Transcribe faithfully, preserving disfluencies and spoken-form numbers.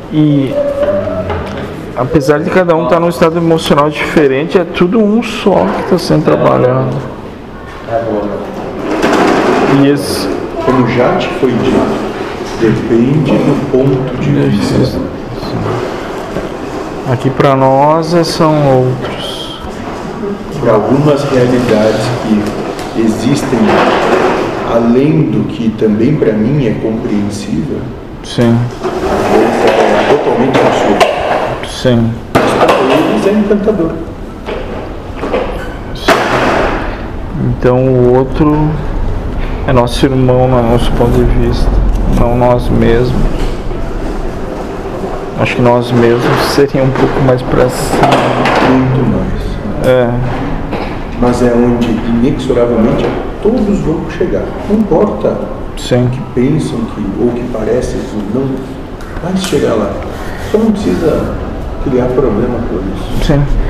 E apesar de cada um estar num estado emocional diferente, é tudo um só que está sendo trabalhado. E esse, como já te foi dito, depende do ponto de vista. Aqui para nós são outros. Para algumas realidades que existem além do que também para mim é compreensível, sim, é totalmente absurdo. Sim. Mas para eles é encantador. Então o outro é nosso irmão, no nosso ponto de vista, não nós mesmos. Acho que nós mesmos seria um pouco mais para cima. Muito mais. É. Mas é onde inexoravelmente todos vão chegar. Não importa Sim. o que pensam que, ou que parecem que não vai chegar lá. Só não precisa criar problema por isso. Sim.